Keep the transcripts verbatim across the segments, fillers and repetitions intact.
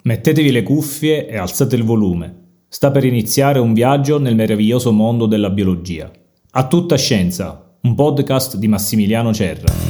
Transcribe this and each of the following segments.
Mettetevi le cuffie e alzate il volume. Sta per iniziare un viaggio nel meraviglioso mondo della biologia. A tutta scienza, un podcast di Massimiliano Cerra.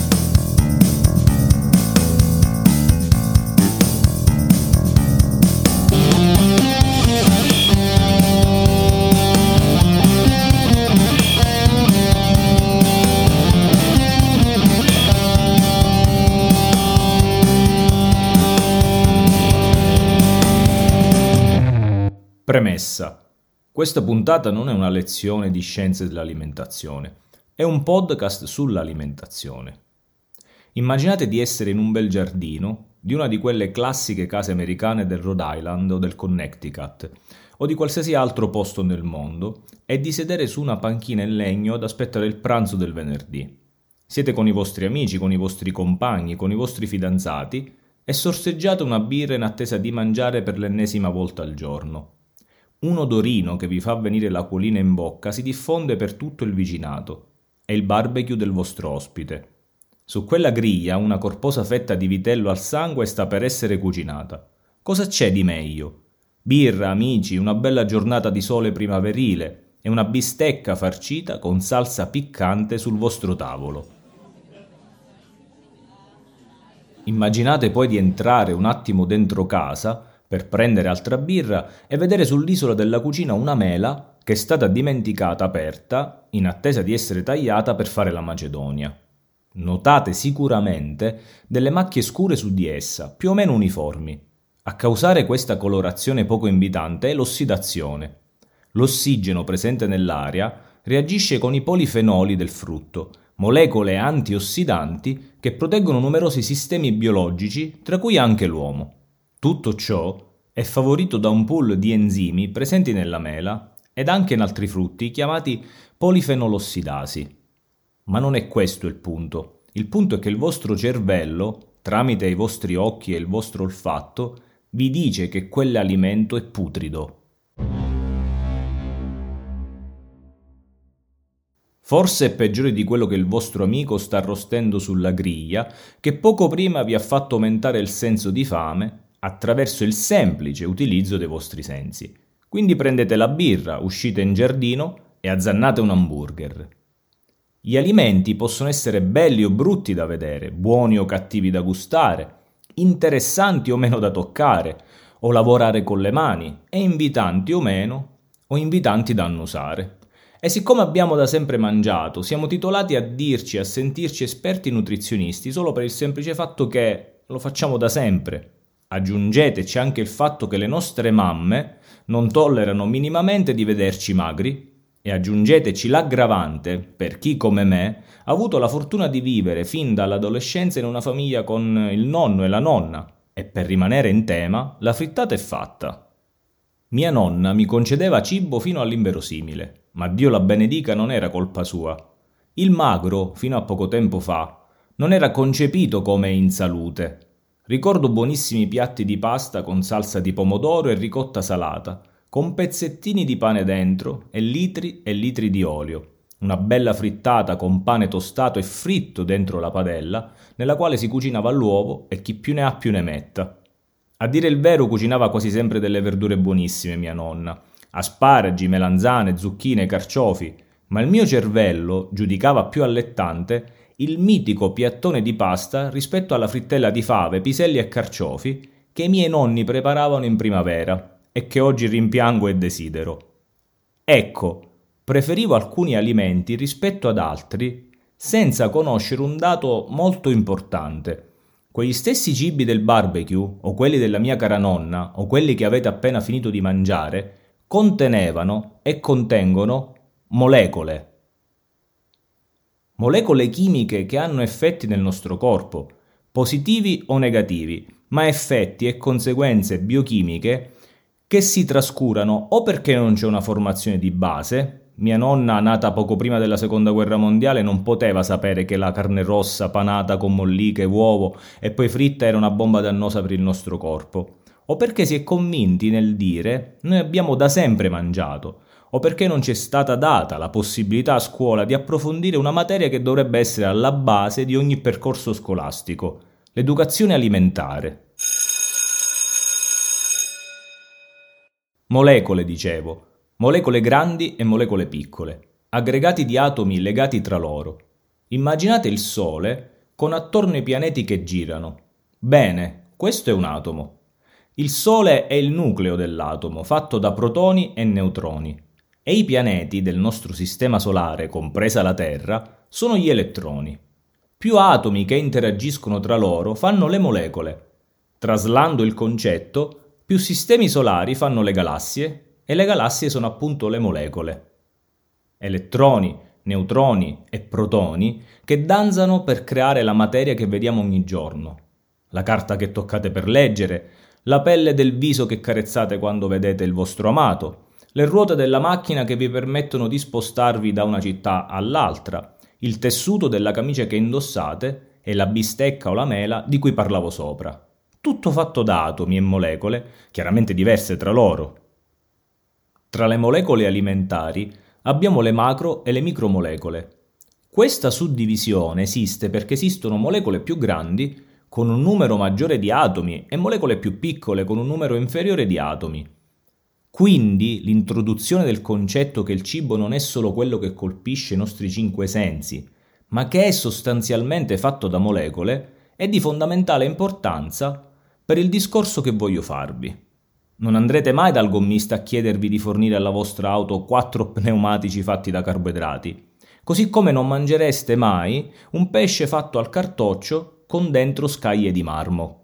Premessa. Questa puntata non è una lezione di scienze dell'alimentazione, è un podcast sull'alimentazione. Immaginate di essere in un bel giardino di una di quelle classiche case americane del Rhode Island o del Connecticut o di qualsiasi altro posto nel mondo e di sedere su una panchina in legno ad aspettare il pranzo del venerdì. Siete con i vostri amici, con i vostri compagni, con i vostri fidanzati e sorseggiate una birra in attesa di mangiare per l'ennesima volta al giorno. Un odorino che vi fa venire l'acquolina in bocca si diffonde per tutto il vicinato. È il barbecue del vostro ospite. Su quella griglia una corposa fetta di vitello al sangue sta per essere cucinata. Cosa c'è di meglio? Birra, amici, una bella giornata di sole primaverile e una bistecca farcita con salsa piccante sul vostro tavolo. Immaginate poi di entrare un attimo dentro casa per prendere altra birra e vedere sull'isola della cucina una mela che è stata dimenticata aperta in attesa di essere tagliata per fare la macedonia. Notate sicuramente delle macchie scure su di essa, più o meno uniformi. A causare questa colorazione poco invitante è l'ossidazione. L'ossigeno presente nell'aria reagisce con i polifenoli del frutto, molecole antiossidanti che proteggono numerosi sistemi biologici, tra cui anche l'uomo. Tutto ciò è favorito da un pool di enzimi presenti nella mela ed anche in altri frutti chiamati polifenolossidasi. Ma non è questo il punto. Il punto è che il vostro cervello, tramite i vostri occhi e il vostro olfatto, vi dice che quell'alimento è putrido. Forse è peggiore di quello che il vostro amico sta arrostendo sulla griglia, che poco prima vi ha fatto aumentare il senso di fame attraverso il semplice utilizzo dei vostri sensi. Quindi prendete la birra, uscite in giardino e azzannate un hamburger. Gli alimenti possono essere belli o brutti da vedere, buoni o cattivi da gustare, interessanti o meno da toccare, o lavorare con le mani, e invitanti o meno, o invitanti da annusare. E siccome abbiamo da sempre mangiato, siamo titolati a dirci e a sentirci esperti nutrizionisti solo per il semplice fatto che lo facciamo da sempre. Aggiungeteci anche il fatto che le nostre mamme non tollerano minimamente di vederci magri e aggiungeteci l'aggravante per chi come me ha avuto la fortuna di vivere fin dall'adolescenza in una famiglia con il nonno e la nonna e per rimanere in tema la frittata è fatta. Mia nonna mi concedeva cibo fino all'inverosimile, ma Dio la benedica non era colpa sua. Il magro, fino a poco tempo fa, non era concepito come in salute. Ricordo buonissimi piatti di pasta con salsa di pomodoro e ricotta salata, con pezzettini di pane dentro e litri e litri di olio. Una bella frittata con pane tostato e fritto dentro la padella, nella quale si cucinava l'uovo e chi più ne ha più ne metta. A dire il vero cucinava quasi sempre delle verdure buonissime mia nonna, asparagi, melanzane, zucchine, carciofi, ma il mio cervello giudicava più allettante il mitico piattone di pasta rispetto alla frittella di fave, piselli e carciofi che i miei nonni preparavano in primavera e che oggi rimpiango e desidero. Ecco, preferivo alcuni alimenti rispetto ad altri senza conoscere un dato molto importante. Quegli stessi cibi del barbecue, o quelli della mia cara nonna, o quelli che avete appena finito di mangiare, contenevano e contengono molecole. Molecole chimiche che hanno effetti nel nostro corpo, positivi o negativi, ma effetti e conseguenze biochimiche che si trascurano o perché non c'è una formazione di base. Mia nonna, nata poco prima della seconda guerra mondiale, non poteva sapere che la carne rossa panata con molliche, uovo e poi fritta era una bomba dannosa per il nostro corpo, o perché si è convinti nel dire noi abbiamo da sempre mangiato, o perché non ci è stata data la possibilità a scuola di approfondire una materia che dovrebbe essere alla base di ogni percorso scolastico, l'educazione alimentare. Molecole, dicevo, molecole grandi e molecole piccole, aggregati di atomi legati tra loro. Immaginate il Sole con attorno i pianeti che girano. Bene, questo è un atomo. Il Sole è il nucleo dell'atomo, fatto da protoni e neutroni, e i pianeti del nostro sistema solare, compresa la Terra, sono gli elettroni. Più atomi che interagiscono tra loro fanno le molecole. Traslando il concetto, più sistemi solari fanno le galassie, e le galassie sono appunto le molecole. Elettroni, neutroni e protoni che danzano per creare la materia che vediamo ogni giorno. La carta che toccate per leggere, la pelle del viso che carezzate quando vedete il vostro amato, le ruote della macchina che vi permettono di spostarvi da una città all'altra, il tessuto della camicia che indossate e la bistecca o la mela di cui parlavo sopra. Tutto fatto da atomi e molecole, chiaramente diverse tra loro. Tra le molecole alimentari abbiamo le macro e le micromolecole. Questa suddivisione esiste perché esistono molecole più grandi con un numero maggiore di atomi e molecole più piccole con un numero inferiore di atomi. Quindi l'introduzione del concetto che il cibo non è solo quello che colpisce i nostri cinque sensi, ma che è sostanzialmente fatto da molecole, è di fondamentale importanza per il discorso che voglio farvi. Non andrete mai dal gommista a chiedervi di fornire alla vostra auto quattro pneumatici fatti da carboidrati, così come non mangereste mai un pesce fatto al cartoccio con dentro scaglie di marmo.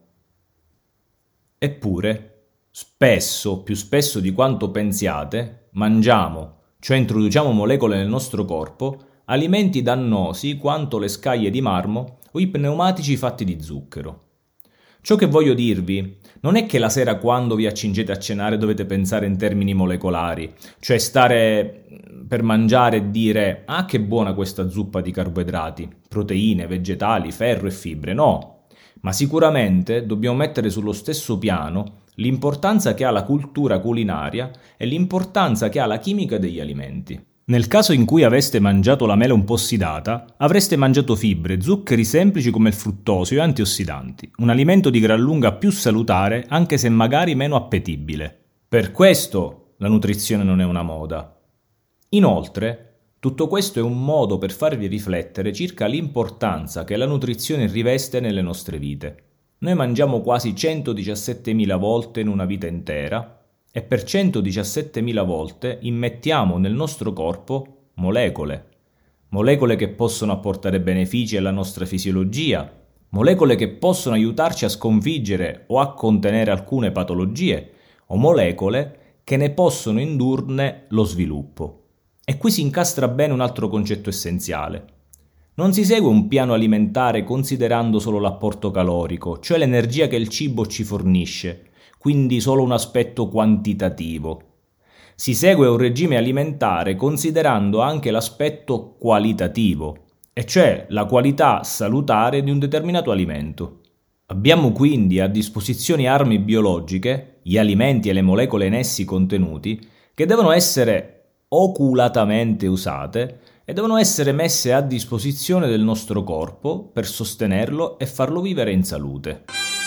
Eppure, spesso, più spesso di quanto pensiate, mangiamo, cioè introduciamo molecole nel nostro corpo, alimenti dannosi quanto le scaglie di marmo o i pneumatici fatti di zucchero. Ciò che voglio dirvi non è che la sera quando vi accingete a cenare dovete pensare in termini molecolari, cioè stare per mangiare e dire «Ah, che buona questa zuppa di carboidrati, proteine, vegetali, ferro e fibre». No, ma sicuramente dobbiamo mettere sullo stesso piano l'importanza che ha la cultura culinaria e l'importanza che ha la chimica degli alimenti. Nel caso in cui aveste mangiato la mela un po' ossidata, avreste mangiato fibre, zuccheri semplici come il fruttosio e antiossidanti, un alimento di gran lunga più salutare anche se magari meno appetibile. Per questo la nutrizione non è una moda. Inoltre, tutto questo è un modo per farvi riflettere circa l'importanza che la nutrizione riveste nelle nostre vite. Noi mangiamo quasi centodiciassettemila volte in una vita intera, e per centodiciassettemila volte immettiamo nel nostro corpo molecole. Molecole che possono apportare benefici alla nostra fisiologia, molecole che possono aiutarci a sconfiggere o a contenere alcune patologie, o molecole che ne possono indurne lo sviluppo. E qui si incastra bene un altro concetto essenziale. Non si segue un piano alimentare considerando solo l'apporto calorico, cioè l'energia che il cibo ci fornisce, quindi solo un aspetto quantitativo. Si segue un regime alimentare considerando anche l'aspetto qualitativo, e cioè la qualità salutare di un determinato alimento. Abbiamo quindi a disposizione armi biologiche, gli alimenti e le molecole in essi contenuti, che devono essere oculatamente usate e devono essere messe a disposizione del nostro corpo per sostenerlo e farlo vivere in salute.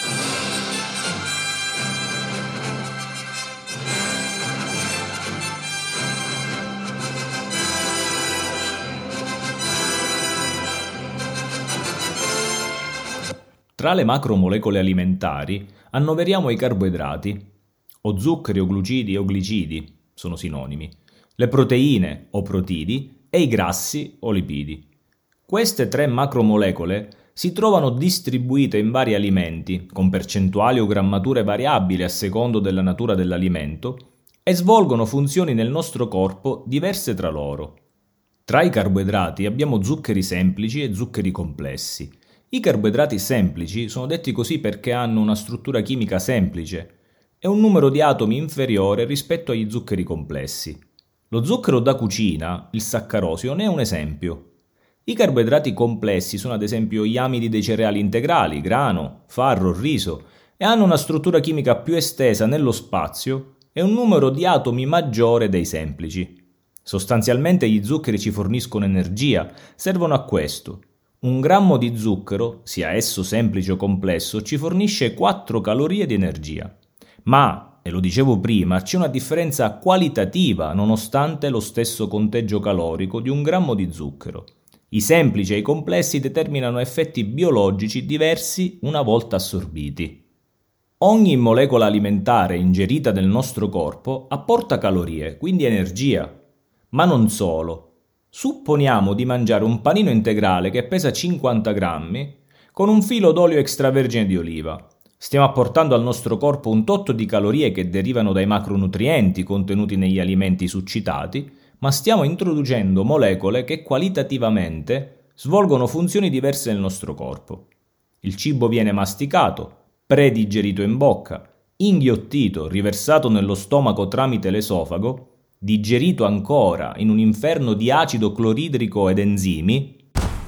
Tra le macromolecole alimentari annoveriamo i carboidrati, o zuccheri o glucidi o glicidi, sono sinonimi, le proteine o protidi e i grassi o lipidi. Queste tre macromolecole si trovano distribuite in vari alimenti, con percentuali o grammature variabili a secondo della natura dell'alimento, e svolgono funzioni nel nostro corpo diverse tra loro. Tra i carboidrati abbiamo zuccheri semplici e zuccheri complessi. I carboidrati semplici sono detti così perché hanno una struttura chimica semplice e un numero di atomi inferiore rispetto agli zuccheri complessi. Lo zucchero da cucina, il saccarosio, ne è un esempio. I carboidrati complessi sono ad esempio gli amidi dei cereali integrali, grano, farro, riso, e hanno una struttura chimica più estesa nello spazio e un numero di atomi maggiore dei semplici. Sostanzialmente gli zuccheri ci forniscono energia, servono a questo. Un grammo di zucchero, sia esso semplice o complesso, ci fornisce quattro calorie di energia. Ma e lo dicevo prima, c'è una differenza qualitativa nonostante lo stesso conteggio calorico di un grammo di zucchero. I semplici e i complessi determinano effetti biologici diversi una volta assorbiti. Ogni molecola alimentare ingerita nel nostro corpo apporta calorie, quindi energia. Ma non solo. Supponiamo di mangiare un panino integrale che pesa cinquanta grammi con un filo d'olio extravergine di oliva. Stiamo apportando al nostro corpo un tot di calorie che derivano dai macronutrienti contenuti negli alimenti succitati, ma stiamo introducendo molecole che qualitativamente svolgono funzioni diverse nel nostro corpo. Il cibo viene masticato, predigerito in bocca, inghiottito, riversato nello stomaco tramite l'esofago, digerito ancora in un inferno di acido cloridrico ed enzimi.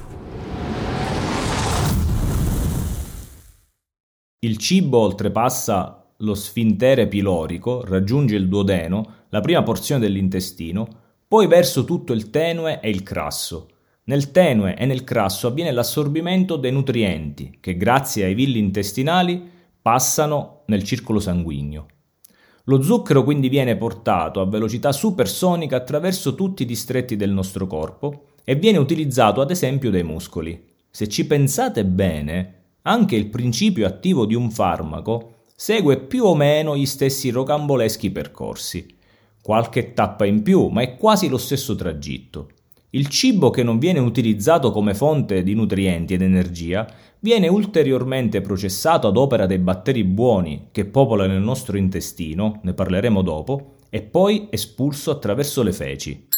Il cibo oltrepassa lo sfintere pilorico, raggiunge il duodeno, la prima porzione dell'intestino, poi verso tutto il tenue e il crasso. Nel tenue e nel crasso avviene l'assorbimento dei nutrienti che, grazie ai villi intestinali, passano nel circolo sanguigno. Lo zucchero quindi viene portato a velocità supersonica attraverso tutti i distretti del nostro corpo e viene utilizzato ad esempio dai muscoli. Se ci pensate bene, anche il principio attivo di un farmaco segue più o meno gli stessi rocamboleschi percorsi. Qualche tappa in più, ma è quasi lo stesso tragitto. Il cibo che non viene utilizzato come fonte di nutrienti ed energia viene ulteriormente processato ad opera dei batteri buoni che popolano il nostro intestino, ne parleremo dopo, e poi espulso attraverso le feci.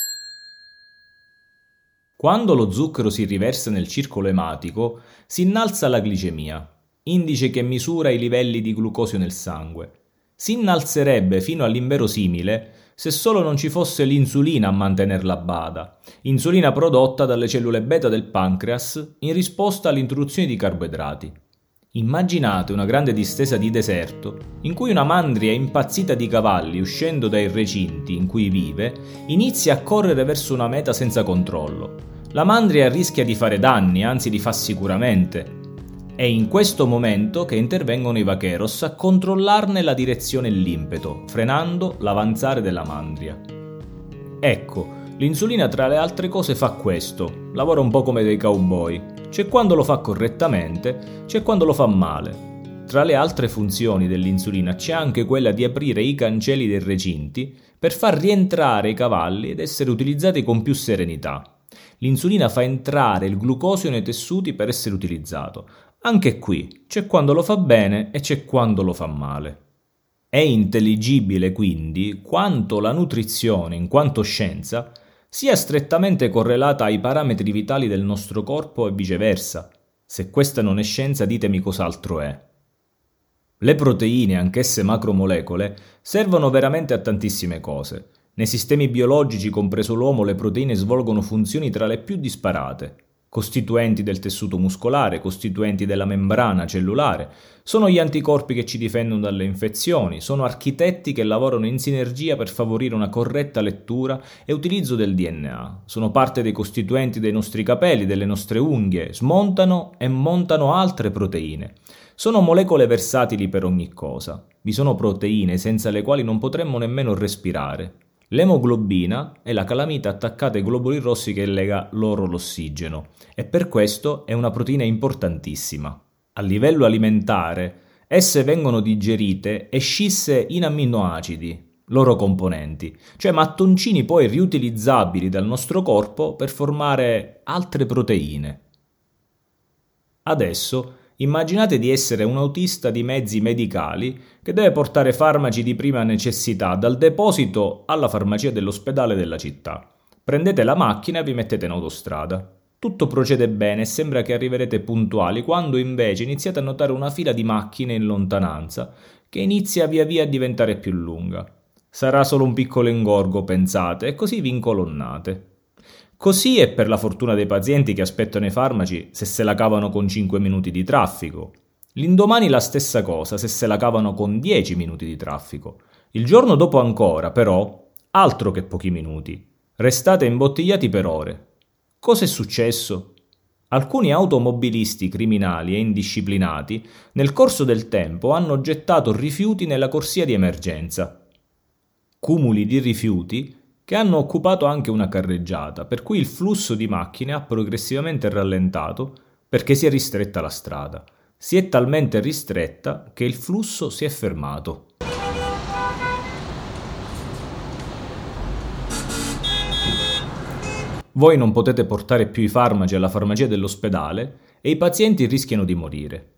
Quando lo zucchero si riversa nel circolo ematico, si innalza la glicemia, indice che misura i livelli di glucosio nel sangue. Si innalzerebbe fino all'inverosimile se solo non ci fosse l'insulina a mantenerla a bada, insulina prodotta dalle cellule beta del pancreas in risposta all'introduzione di carboidrati. Immaginate una grande distesa di deserto in cui una mandria impazzita di cavalli, uscendo dai recinti in cui vive, inizia a correre verso una meta senza controllo. La mandria rischia di fare danni, anzi li fa sicuramente. È in questo momento che intervengono i vacheros a controllarne la direzione e l'impeto, frenando l'avanzare della mandria. Ecco, l'insulina tra le altre cose fa questo, lavora un po' come dei cowboy. C'è quando lo fa correttamente, c'è quando lo fa male. Tra le altre funzioni dell'insulina c'è anche quella di aprire i cancelli dei recinti per far rientrare i cavalli ed essere utilizzati con più serenità. L'insulina fa entrare il glucosio nei tessuti per essere utilizzato. Anche qui c'è quando lo fa bene e c'è quando lo fa male. È intelligibile quindi quanto la nutrizione, in quanto scienza, sia strettamente correlata ai parametri vitali del nostro corpo e viceversa. Se questa non è scienza, ditemi cos'altro è. Le proteine, anch'esse macromolecole, servono veramente a tantissime cose. Nei sistemi biologici, compreso l'uomo, le proteine svolgono funzioni tra le più disparate. Costituenti del tessuto muscolare, costituenti della membrana cellulare, sono gli anticorpi che ci difendono dalle infezioni, sono architetti che lavorano in sinergia per favorire una corretta lettura e utilizzo del D N A, sono parte dei costituenti dei nostri capelli, delle nostre unghie, smontano e montano altre proteine. Sono molecole versatili per ogni cosa. Vi sono proteine senza le quali non potremmo nemmeno respirare. L'emoglobina è la calamita attaccata ai globuli rossi che lega loro l'ossigeno e per questo è una proteina importantissima. A livello alimentare, esse vengono digerite e scisse in amminoacidi, loro componenti, cioè mattoncini poi riutilizzabili dal nostro corpo per formare altre proteine. Adesso immaginate di essere un autista di mezzi medicali che deve portare farmaci di prima necessità dal deposito alla farmacia dell'ospedale della città. Prendete la macchina e vi mettete in autostrada. Tutto procede bene e sembra che arriverete puntuali quando invece iniziate a notare una fila di macchine in lontananza che inizia via via a diventare più lunga. Sarà solo un piccolo ingorgo, pensate, e così vi incolonnate. Così è per la fortuna dei pazienti che aspettano i farmaci se se la cavano con cinque minuti di traffico. L'indomani la stessa cosa se se la cavano con dieci minuti di traffico. Il giorno dopo ancora, però, altro che pochi minuti. Restate imbottigliati per ore. Cosa è successo? Alcuni automobilisti criminali e indisciplinati nel corso del tempo hanno gettato rifiuti nella corsia di emergenza. Cumuli di rifiuti che hanno occupato anche una carreggiata, per cui il flusso di macchine ha progressivamente rallentato perché si è ristretta la strada. Si è talmente ristretta che il flusso si è fermato. Voi non potete portare più i farmaci alla farmacia dell'ospedale e i pazienti rischiano di morire.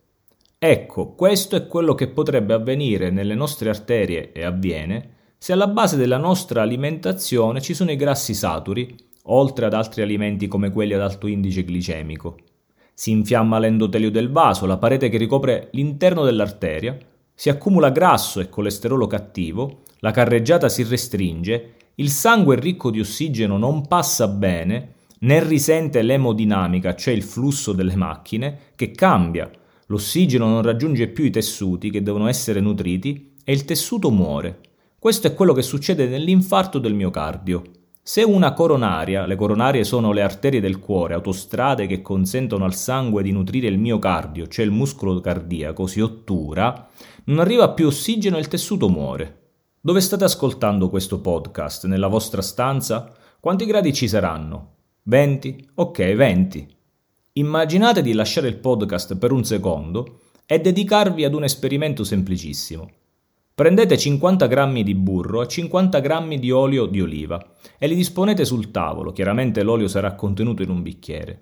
Ecco, questo è quello che potrebbe avvenire nelle nostre arterie e avviene se alla base della nostra alimentazione ci sono i grassi saturi, oltre ad altri alimenti come quelli ad alto indice glicemico. Si infiamma l'endotelio del vaso, la parete che ricopre l'interno dell'arteria, si accumula grasso e colesterolo cattivo, la carreggiata si restringe, il sangue ricco di ossigeno non passa bene, ne risente l'emodinamica, cioè il flusso delle macchine, che cambia. L'ossigeno non raggiunge più i tessuti che devono essere nutriti e il tessuto muore. Questo è quello che succede nell'infarto del miocardio. Se una coronaria, le coronarie sono le arterie del cuore, autostrade che consentono al sangue di nutrire il miocardio, cioè il muscolo cardiaco, si ottura, non arriva più ossigeno e il tessuto muore. Dove state ascoltando questo podcast? Nella vostra stanza? Quanti gradi ci saranno? venti? Ok, venti. Immaginate di lasciare il podcast per un secondo e dedicarvi ad un esperimento semplicissimo. Prendete cinquanta grammi di burro e cinquanta grammi di olio di oliva e li disponete sul tavolo, chiaramente l'olio sarà contenuto in un bicchiere.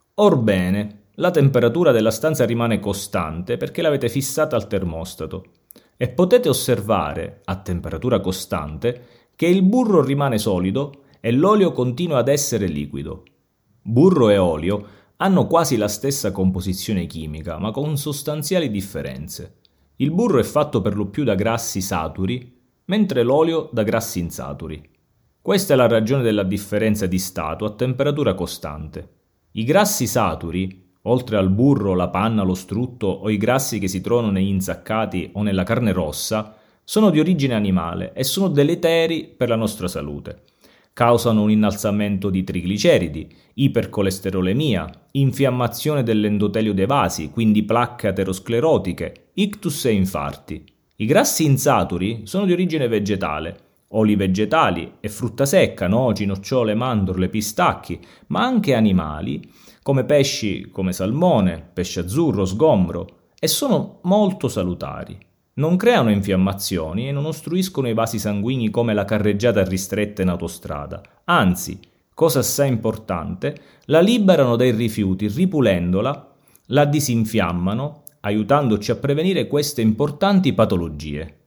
Orbene, la temperatura della stanza rimane costante perché l'avete fissata al termostato. E potete osservare, a temperatura costante, che il burro rimane solido e l'olio continua ad essere liquido. Burro e olio hanno quasi la stessa composizione chimica, ma con sostanziali differenze. Il burro è fatto per lo più da grassi saturi, mentre l'olio da grassi insaturi. Questa è la ragione della differenza di stato a temperatura costante. I grassi saturi, oltre al burro, la panna, lo strutto o i grassi che si trovano negli insaccati o nella carne rossa, sono di origine animale e sono deleteri per la nostra salute. Causano un innalzamento di trigliceridi, ipercolesterolemia, infiammazione dell'endotelio dei vasi, quindi placche aterosclerotiche, ictus e infarti. I grassi insaturi sono di origine vegetale, oli vegetali e frutta secca, noci, nocciole, mandorle, pistacchi, ma anche animali, come pesci come salmone, pesce azzurro, sgombro, e sono molto salutari. Non creano infiammazioni e non ostruiscono i vasi sanguigni come la carreggiata ristretta in autostrada. Anzi, cosa assai importante, la liberano dai rifiuti ripulendola, la disinfiammano, aiutandoci a prevenire queste importanti patologie.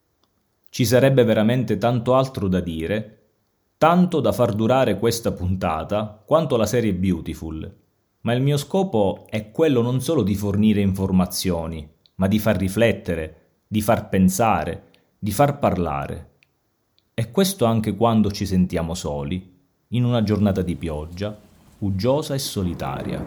Ci sarebbe veramente tanto altro da dire, tanto da far durare questa puntata quanto la serie Beautiful. Ma il mio scopo è quello non solo di fornire informazioni, ma di far riflettere, di far pensare, di far parlare. E questo anche quando ci sentiamo soli, in una giornata di pioggia, uggiosa e solitaria.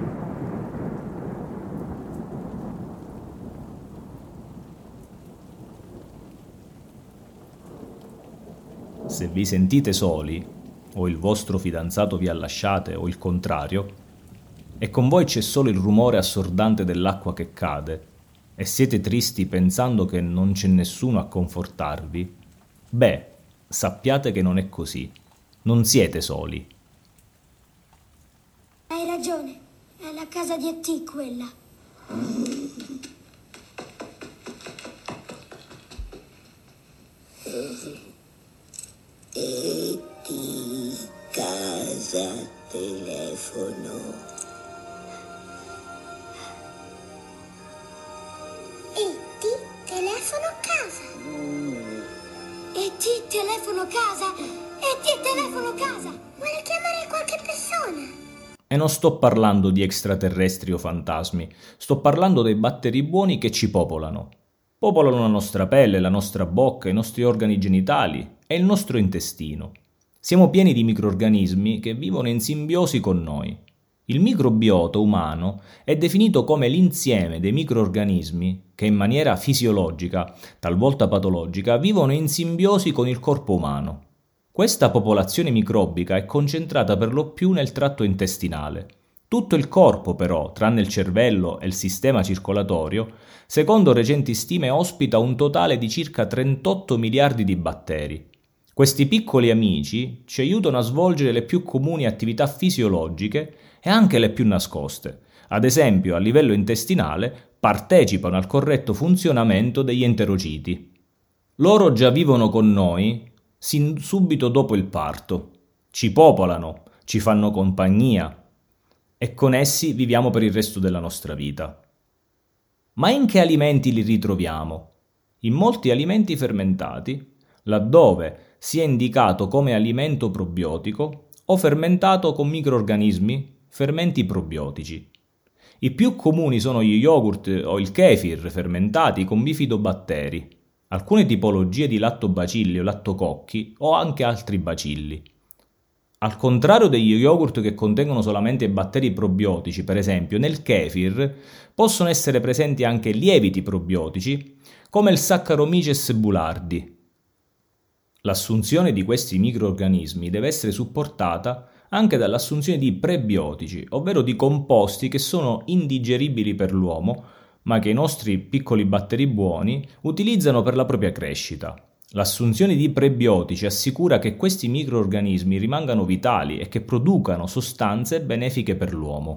Se vi sentite soli, o il vostro fidanzato vi ha lasciate, o il contrario, e con voi c'è solo il rumore assordante dell'acqua che cade, e siete tristi pensando che non c'è nessuno a confortarvi, beh, sappiate che non è così. Non siete soli. Hai ragione, è la casa di E T quella. E T, casa, telefono. E T, telefono casa. E T, telefono casa. E T, telefono casa. Vuole chiamare qualche persona? E non sto parlando di extraterrestri o fantasmi, sto parlando dei batteri buoni che ci popolano. Popolano la nostra pelle, la nostra bocca, i nostri organi genitali e il nostro intestino. Siamo pieni di microrganismi che vivono in simbiosi con noi. Il microbiota umano è definito come l'insieme dei microrganismi che in maniera fisiologica, talvolta patologica, vivono in simbiosi con il corpo umano. Questa popolazione microbica è concentrata per lo più nel tratto intestinale. Tutto il corpo però, tranne il cervello e il sistema circolatorio, secondo recenti stime ospita un totale di circa trentotto miliardi di batteri. Questi piccoli amici ci aiutano a svolgere le più comuni attività fisiologiche e anche le più nascoste. Ad esempio, a livello intestinale, partecipano al corretto funzionamento degli enterociti. Loro già vivono con noi sin subito dopo il parto. Ci popolano, ci fanno compagnia e con essi viviamo per il resto della nostra vita. Ma in che alimenti li ritroviamo? In molti alimenti fermentati, laddove sia indicato come alimento probiotico o fermentato con microrganismi, fermenti probiotici. I più comuni sono gli yogurt o il kefir fermentati con bifidobatteri, alcune tipologie di lattobacilli o lattococchi o anche altri bacilli. Al contrario degli yogurt che contengono solamente batteri probiotici, per esempio, nel kefir possono essere presenti anche lieviti probiotici, come il Saccharomyces boulardii. L'assunzione di questi microrganismi deve essere supportata anche dall'assunzione di prebiotici, ovvero di composti che sono indigeribili per l'uomo, ma che i nostri piccoli batteri buoni utilizzano per la propria crescita. L'assunzione di prebiotici assicura che questi microrganismi rimangano vitali e che producano sostanze benefiche per l'uomo.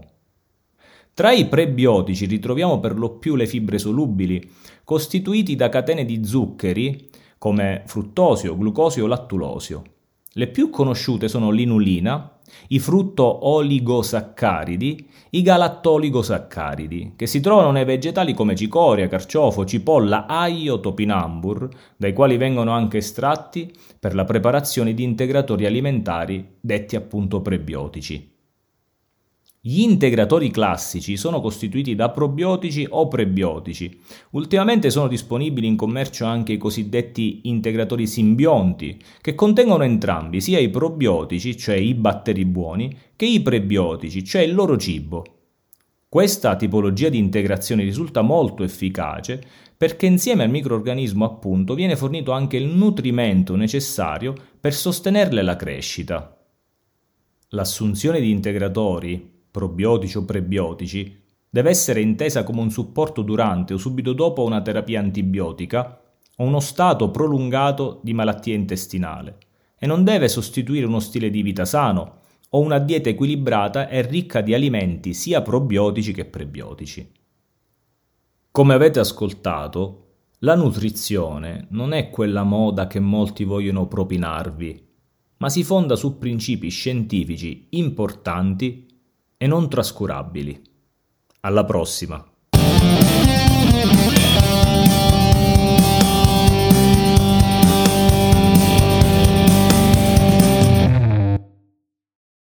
Tra i prebiotici ritroviamo per lo più le fibre solubili, costituiti da catene di zuccheri come fruttosio, glucosio o lattulosio. Le più conosciute sono l'inulina, i frutto-oligosaccaridi, i galattoligosaccaridi, che si trovano nei vegetali come cicoria, carciofo, cipolla, aglio, topinambur, dai quali vengono anche estratti per la preparazione di integratori alimentari detti appunto prebiotici. Gli integratori classici sono costituiti da probiotici o prebiotici. Ultimamente sono disponibili in commercio anche i cosiddetti integratori simbionti, che contengono entrambi, sia i probiotici, cioè i batteri buoni, che i prebiotici, cioè il loro cibo. Questa tipologia di integrazione risulta molto efficace perché insieme al microrganismo appunto viene fornito anche il nutrimento necessario per sostenerle la crescita. L'assunzione di integratori probiotici o prebiotici deve essere intesa come un supporto durante o subito dopo una terapia antibiotica o uno stato prolungato di malattia intestinale e non deve sostituire uno stile di vita sano o una dieta equilibrata e ricca di alimenti sia probiotici che prebiotici. Come avete ascoltato, la nutrizione non è quella moda che molti vogliono propinarvi, ma si fonda su principi scientifici importanti e non trascurabili. Alla prossima!